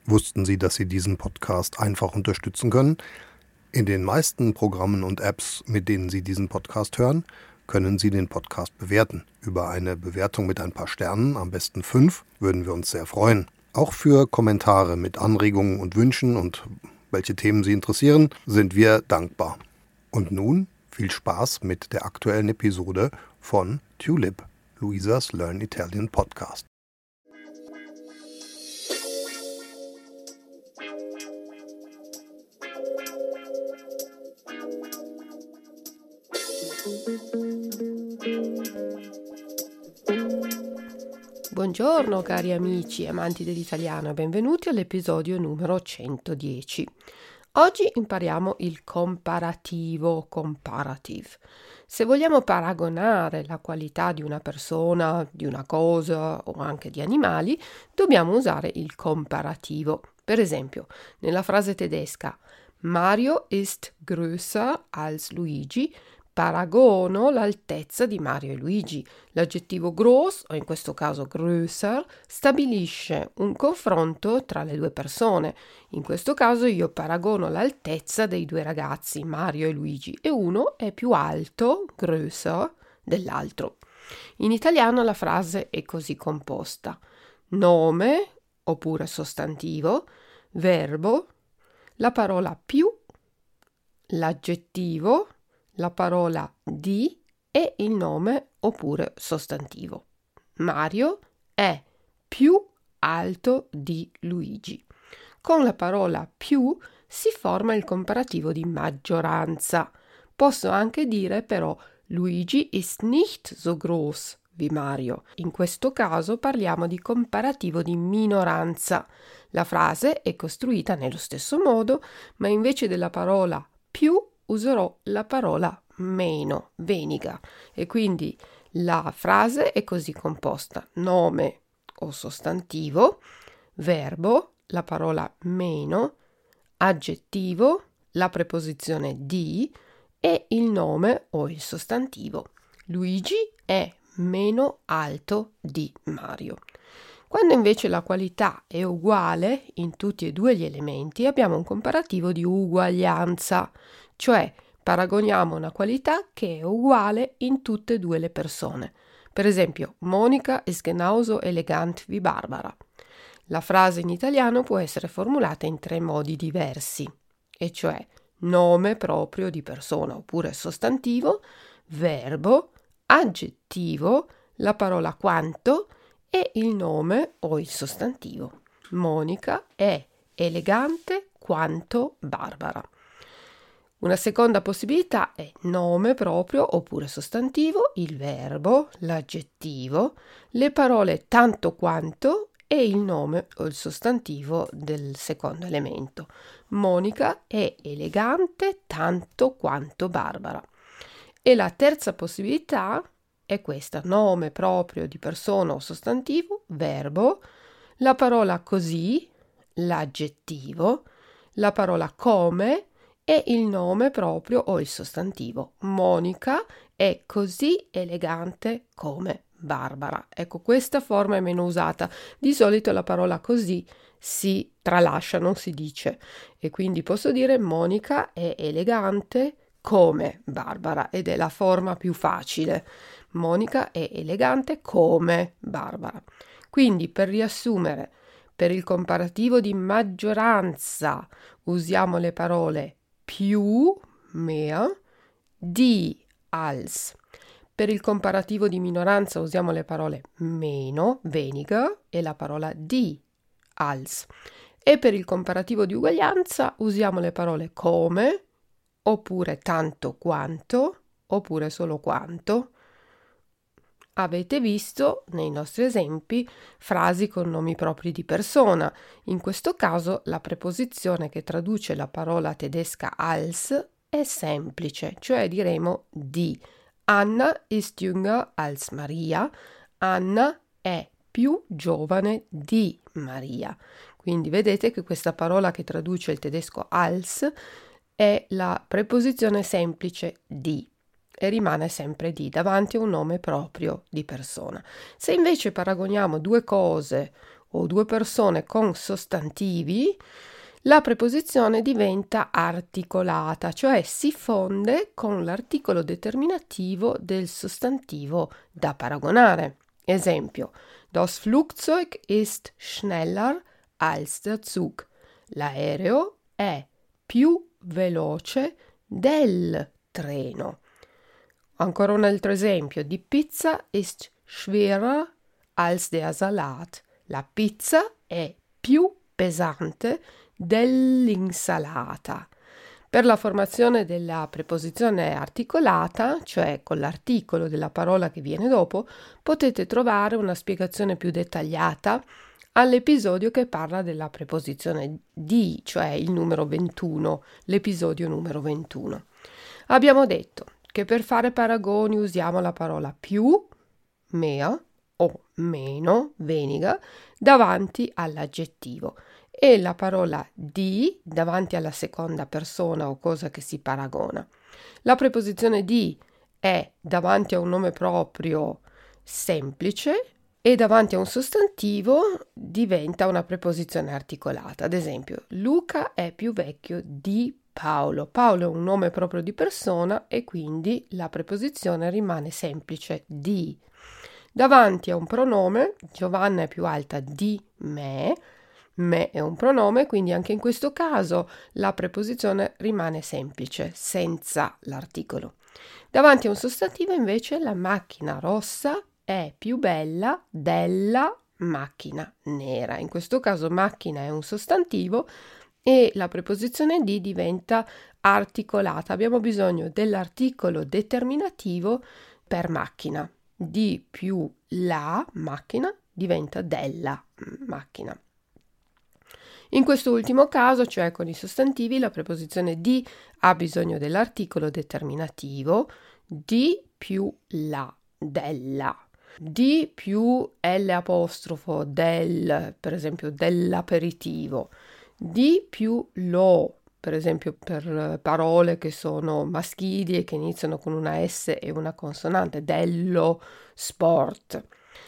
Wussten Sie, dass Sie diesen Podcast einfach unterstützen können? In den meisten Programmen und Apps, mit denen Sie diesen Podcast hören, können Sie den Podcast bewerten. Über eine Bewertung mit ein paar Sternen, am besten 5, würden wir uns sehr freuen. Auch für Kommentare mit Anregungen und Wünschen und welche Themen Sie interessieren, sind wir dankbar. Und nun viel Spaß mit der aktuellen Episode von Tulip, Luisas Learn Italian Podcast. Buongiorno cari amici amanti dell'italiano e benvenuti all'episodio numero 110. Oggi impariamo il comparativo, comparative. Se vogliamo paragonare la qualità di una persona, di una cosa o anche di animali, dobbiamo usare il comparativo. Per esempio, nella frase tedesca Mario ist größer als Luigi, paragono l'altezza di Mario e Luigi. L'aggettivo groß, o in questo caso größer, stabilisce un confronto tra le due persone. In questo caso io paragono l'altezza dei due ragazzi, Mario e Luigi, e uno è più alto, größer, dell'altro. In italiano la frase è così composta: nome, oppure sostantivo, verbo, la parola più, l'aggettivo, la parola di e il nome oppure sostantivo. Mario è più alto di Luigi. Con la parola più si forma il comparativo di maggioranza. Posso anche dire però Luigi ist nicht so groß wie Mario. In questo caso parliamo di comparativo di minoranza. La frase è costruita nello stesso modo, ma invece della parola più userò la parola meno, weniger, e quindi la frase è così composta: nome o sostantivo, verbo, la parola meno, aggettivo, la preposizione di e il nome o il sostantivo. Luigi è meno alto di Mario. Quando invece la qualità è uguale in tutti e due gli elementi, abbiamo un comparativo di uguaglianza, cioè paragoniamo una qualità che è uguale in tutte e due le persone. Per esempio, Monica ist genauso elegant wie Barbara. La frase in italiano può essere formulata in 3 modi diversi, e cioè nome proprio di persona oppure sostantivo, verbo, aggettivo, la parola quanto e il nome o il sostantivo. Monica è elegante quanto Barbara. Una seconda possibilità è nome proprio oppure sostantivo, il verbo, l'aggettivo, le parole tanto quanto e il nome o il sostantivo del secondo elemento. Monica è elegante tanto quanto Barbara. E la terza possibilità è questa: nome proprio di persona o sostantivo, verbo, la parola così, l'aggettivo, la parola come e il nome proprio o il sostantivo. Monica è così elegante come Barbara. Ecco, questa forma è meno usata. Di solito la parola così si tralascia, non si dice, e quindi posso dire Monica è elegante come Barbara, ed è la forma più facile. Monica è elegante come Barbara. Quindi, per riassumere, per il comparativo di maggioranza usiamo le parole più, mehr, di, als. Per il comparativo di minoranza usiamo le parole meno, weniger, e la parola di, als. E per il comparativo di uguaglianza usiamo le parole come, oppure tanto quanto, oppure solo quanto. Avete visto nei nostri esempi frasi con nomi propri di persona. In questo caso la preposizione che traduce la parola tedesca als è semplice, cioè diremo di. Anna ist jünger als Maria. Anna è più giovane di Maria. Quindi vedete che questa parola che traduce il tedesco als è la preposizione semplice di. E rimane sempre di davanti a un nome proprio di persona. Se invece paragoniamo due cose o due persone con sostantivi, la preposizione diventa articolata, cioè si fonde con l'articolo determinativo del sostantivo da paragonare. Esempio, das Flugzeug ist schneller als der Zug. L'aereo è più veloce del treno. Ancora un altro esempio, die Pizza ist schwerer als der Salat. La pizza è più pesante dell'insalata. Per la formazione della preposizione articolata, cioè con l'articolo della parola che viene dopo, potete trovare una spiegazione più dettagliata all'episodio che parla della preposizione di, cioè il numero 21, l'episodio numero 21. Abbiamo detto che per fare paragoni usiamo la parola più, mehr o meno, weniger, davanti all'aggettivo e la parola di davanti alla seconda persona o cosa che si paragona. La preposizione di è davanti a un nome proprio semplice e davanti a un sostantivo diventa una preposizione articolata. Ad esempio, Luca è più vecchio di Paolo. Paolo è un nome proprio di persona e quindi la preposizione rimane semplice di. Davanti a un pronome, Giovanna è più alta di me. Me è un pronome, quindi anche in questo caso la preposizione rimane semplice, senza l'articolo. Davanti a un sostantivo invece la macchina rossa è più bella della macchina nera. In questo caso macchina è un sostantivo e la preposizione di diventa articolata. Abbiamo bisogno dell'articolo determinativo per macchina. Di più la macchina diventa della macchina. In questo ultimo caso, cioè con i sostantivi, la preposizione di ha bisogno dell'articolo determinativo di più la, della. Di più l'apostrofo del, per esempio, dell'aperitivo. Di più lo, per esempio per parole che sono maschili e che iniziano con una S e una consonante, dello sport.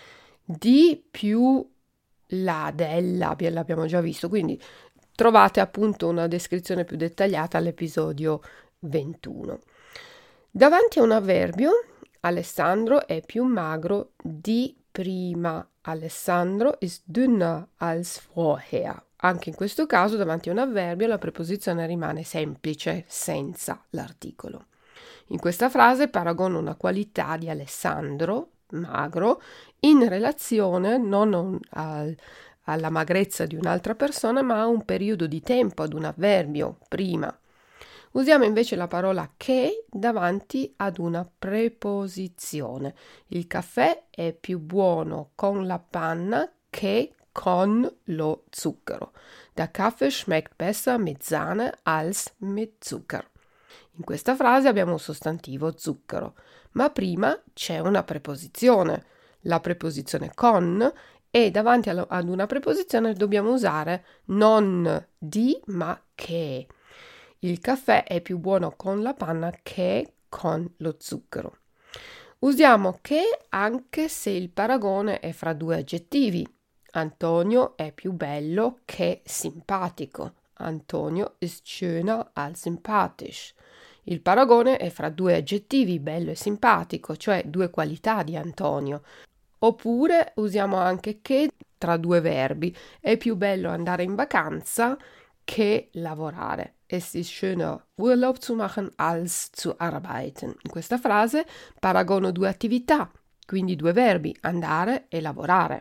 Di più la, della, l'abbiamo già visto, quindi trovate appunto una descrizione più dettagliata all'episodio 21. Davanti a un avverbio, Alessandro è più magro di prima. Alessandro ist dünner als vorher. Anche in questo caso, davanti a un avverbio, la preposizione rimane semplice, senza l'articolo. In questa frase paragono una qualità di Alessandro, magro, in relazione non alla magrezza di un'altra persona, ma a un periodo di tempo, ad un avverbio, prima. Usiamo invece la parola che davanti ad una preposizione. Il caffè è più buono con la panna che con lo zucchero. Der Kaffee schmeckt besser mit Sahne als mit Zucker. In questa frase abbiamo un sostantivo zucchero, ma prima c'è una preposizione, la preposizione con, e davanti ad una preposizione dobbiamo usare non di ma che. Il caffè è più buono con la panna che con lo zucchero. Usiamo che anche se il paragone è fra due aggettivi. Antonio è più bello che simpatico. Antonio ist schöner als sympathisch. Il paragone è fra due aggettivi, bello e simpatico, cioè due qualità di Antonio. Oppure usiamo anche che tra due verbi. È più bello andare in vacanza che lavorare. Es ist schöner, Urlaub zu machen als zu arbeiten. In questa frase paragono due attività, quindi due verbi, andare e lavorare.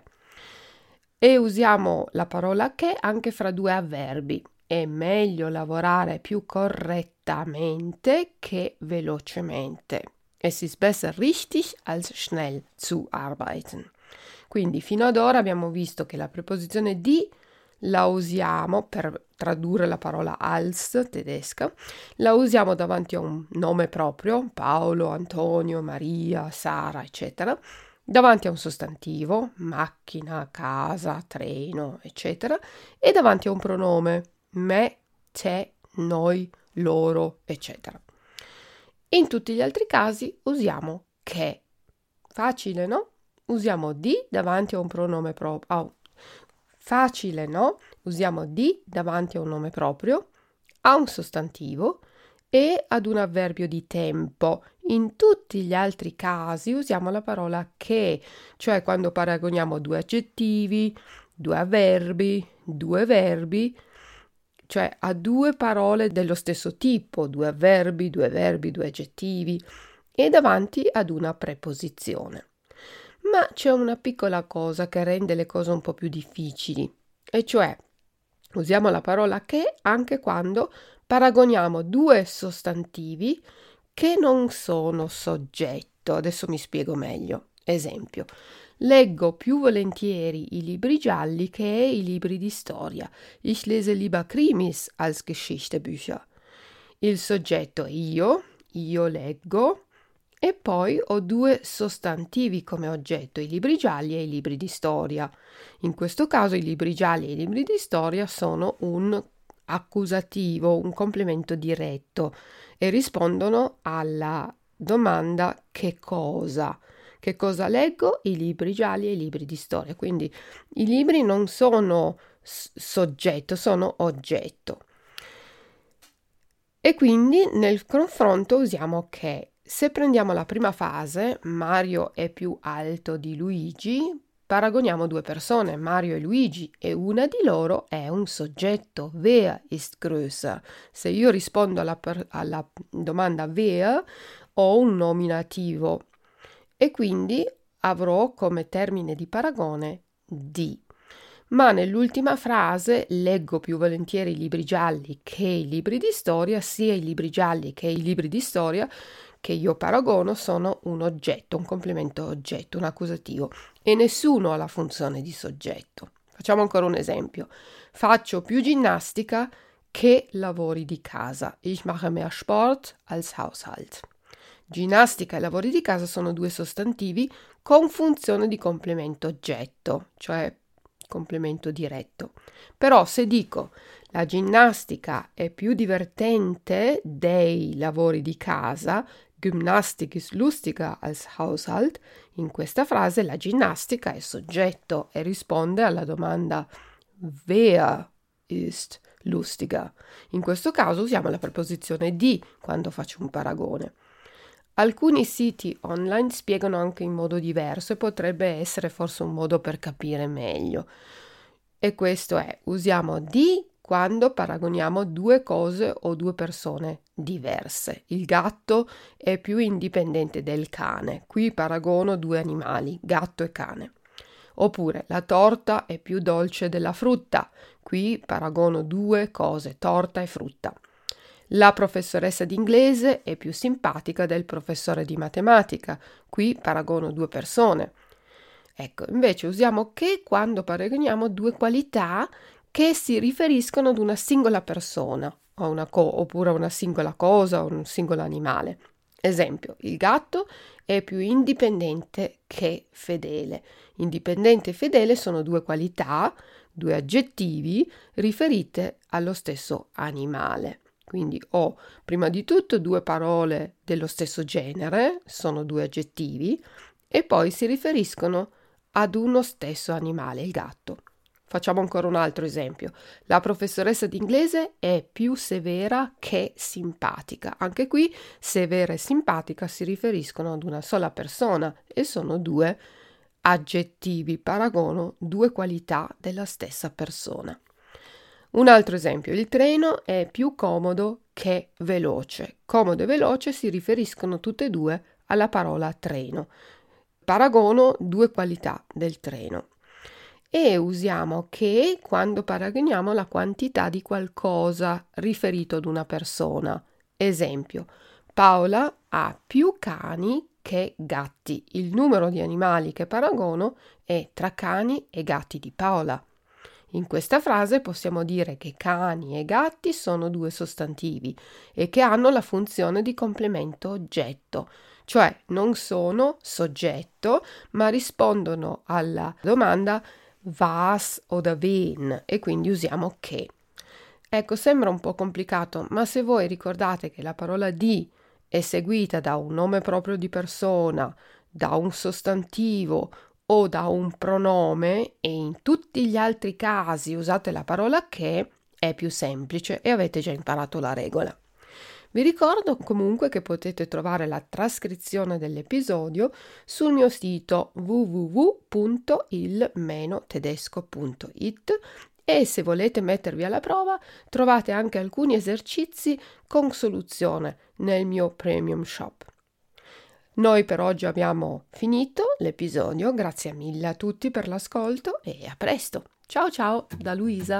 E usiamo la parola che anche fra due avverbi. È meglio lavorare più correttamente che velocemente. Es ist besser richtig als schnell zu arbeiten. Quindi fino ad ora abbiamo visto che la preposizione di la usiamo per tradurre la parola als tedesca, la usiamo davanti a un nome proprio, Paolo, Antonio, Maria, Sara, eccetera, davanti a un sostantivo, macchina, casa, treno, eccetera, e davanti a un pronome, me, te, noi, loro, eccetera. In tutti gli altri casi usiamo che. Facile, no? Usiamo di davanti a un pronome proprio. Facile, no? Usiamo di davanti a un nome proprio, a un sostantivo e ad un avverbio di tempo. In tutti gli altri casi usiamo la parola che, cioè quando paragoniamo due aggettivi, due avverbi, due verbi, cioè a due parole dello stesso tipo, due avverbi, due aggettivi e davanti ad una preposizione. Ma c'è una piccola cosa che rende le cose un po' più difficili, e cioè usiamo la parola che anche quando paragoniamo due sostantivi che non sono soggetto. Adesso mi spiego meglio. Esempio, leggo più volentieri i libri gialli che i libri di storia. Ich lese lieber Krimis als Geschichtebücher. Il soggetto è io leggo, e poi ho due sostantivi come oggetto, i libri gialli e i libri di storia. In questo caso i libri gialli e i libri di storia sono un accusativo, un complemento diretto e rispondono alla domanda che cosa. Che cosa leggo? I libri gialli e i libri di storia. Quindi i libri non sono soggetto, sono oggetto. E quindi nel confronto usiamo che. Se prendiamo la prima fase, Mario è più alto di Luigi, paragoniamo due persone, Mario e Luigi, e una di loro è un soggetto. Wer ist größer? Se io rispondo alla domanda wer, ho un nominativo e quindi avrò come termine di paragone di. Ma nell'ultima frase leggo più volentieri i libri gialli che i libri di storia, sia i libri gialli che i libri di storia che io paragono sono un oggetto, un complemento oggetto, un accusativo e nessuno ha la funzione di soggetto. Facciamo ancora un esempio. Faccio più ginnastica che lavori di casa. Ich mache mehr Sport als Haushalt. Ginnastica e lavori di casa sono due sostantivi con funzione di complemento oggetto, cioè complemento diretto. Però se dico la ginnastica è più divertente dei lavori di casa, Gymnastik ist lustiger als Haushalt, in questa frase la ginnastica è soggetto e risponde alla domanda wer ist lustiger. In questo caso usiamo la preposizione di quando faccio un paragone. Alcuni siti online spiegano anche in modo diverso e potrebbe essere forse un modo per capire meglio. E questo è, usiamo di quando paragoniamo due cose o due persone diverse. Il gatto è più indipendente del cane. Qui paragono due animali, gatto e cane. Oppure la torta è più dolce della frutta. Qui paragono due cose, torta e frutta. La professoressa di inglese è più simpatica del professore di matematica. Qui paragono due persone. Ecco, invece usiamo che quando paragoniamo due qualità che si riferiscono ad una singola persona oppure a una singola cosa o un singolo animale. Esempio, il gatto è più indipendente che fedele. Indipendente e fedele sono due qualità, due aggettivi riferite allo stesso animale. Quindi ho prima di tutto due parole dello stesso genere, sono due aggettivi, e poi si riferiscono ad uno stesso animale, il gatto. Facciamo ancora un altro esempio. La professoressa di inglese è più severa che simpatica. Anche qui severa e simpatica si riferiscono ad una sola persona e sono due aggettivi, paragono due qualità della stessa persona. Un altro esempio, il treno è più comodo che veloce. Comodo e veloce si riferiscono tutte e due alla parola treno. Paragono due qualità del treno. E usiamo che quando paragoniamo la quantità di qualcosa riferito ad una persona. Esempio, Paola ha più cani che gatti. Il numero di animali che paragono è tra cani e gatti di Paola. In questa frase possiamo dire che cani e gatti sono due sostantivi e che hanno la funzione di complemento oggetto, cioè non sono soggetto, ma rispondono alla domanda was oder wen e quindi usiamo che. Ecco, sembra un po' complicato, ma se voi ricordate che la parola di è seguita da un nome proprio di persona, da un sostantivo o da un pronome e in tutti gli altri casi usate la parola che, è più semplice e avete già imparato la regola. Vi ricordo comunque che potete trovare la trascrizione dell'episodio sul mio sito www.il-tedesco.it e se volete mettervi alla prova trovate anche alcuni esercizi con soluzione nel mio Premium Shop. Noi per oggi abbiamo finito l'episodio, grazie mille a tutti per l'ascolto e a presto. Ciao ciao da Luisa.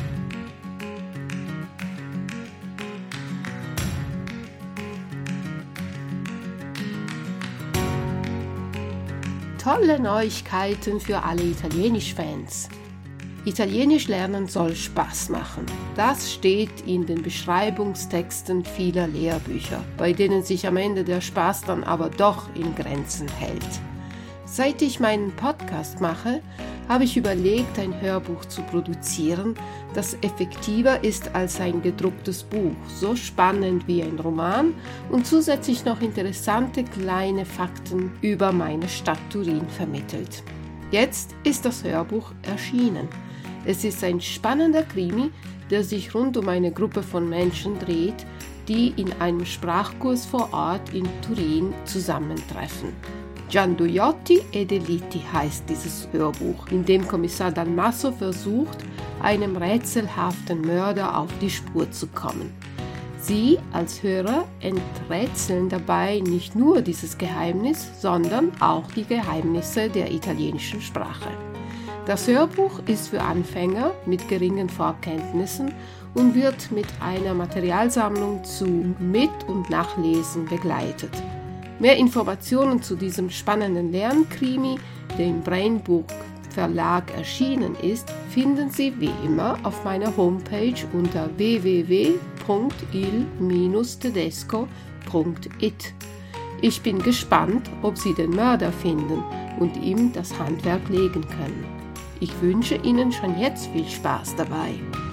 Tolle Neuigkeiten für alle Italienisch-Fans. Italienisch lernen soll Spaß machen. Das steht in den Beschreibungstexten vieler Lehrbücher, bei denen sich am Ende der Spaß dann aber doch in Grenzen hält. Seit ich meinen Podcast mache, habe ich überlegt, ein Hörbuch zu produzieren, das effektiver ist als ein gedrucktes Buch, so spannend wie ein Roman und zusätzlich noch interessante kleine Fakten über meine Stadt Turin vermittelt. Jetzt ist das Hörbuch erschienen. Es ist ein spannender Krimi, der sich rund um eine Gruppe von Menschen dreht, die in einem Sprachkurs vor Ort in Turin zusammentreffen. Gianduiotti e Delitti heißt dieses Hörbuch, in dem Kommissar Dalmasso versucht, einem rätselhaften Mörder auf die Spur zu kommen. Sie als Hörer enträtseln dabei nicht nur dieses Geheimnis, sondern auch die Geheimnisse der italienischen Sprache. Das Hörbuch ist für Anfänger mit geringen Vorkenntnissen und wird mit einer Materialsammlung zu Mit- und Nachlesen begleitet. Mehr Informationen zu diesem spannenden Lernkrimi, der im Brainbook Verlag erschienen ist, finden Sie wie immer auf meiner Homepage unter www.il-tedesco.it. Ich bin gespannt, ob Sie den Mörder finden und ihm das Handwerk legen können. Ich wünsche Ihnen schon jetzt viel Spaß dabei.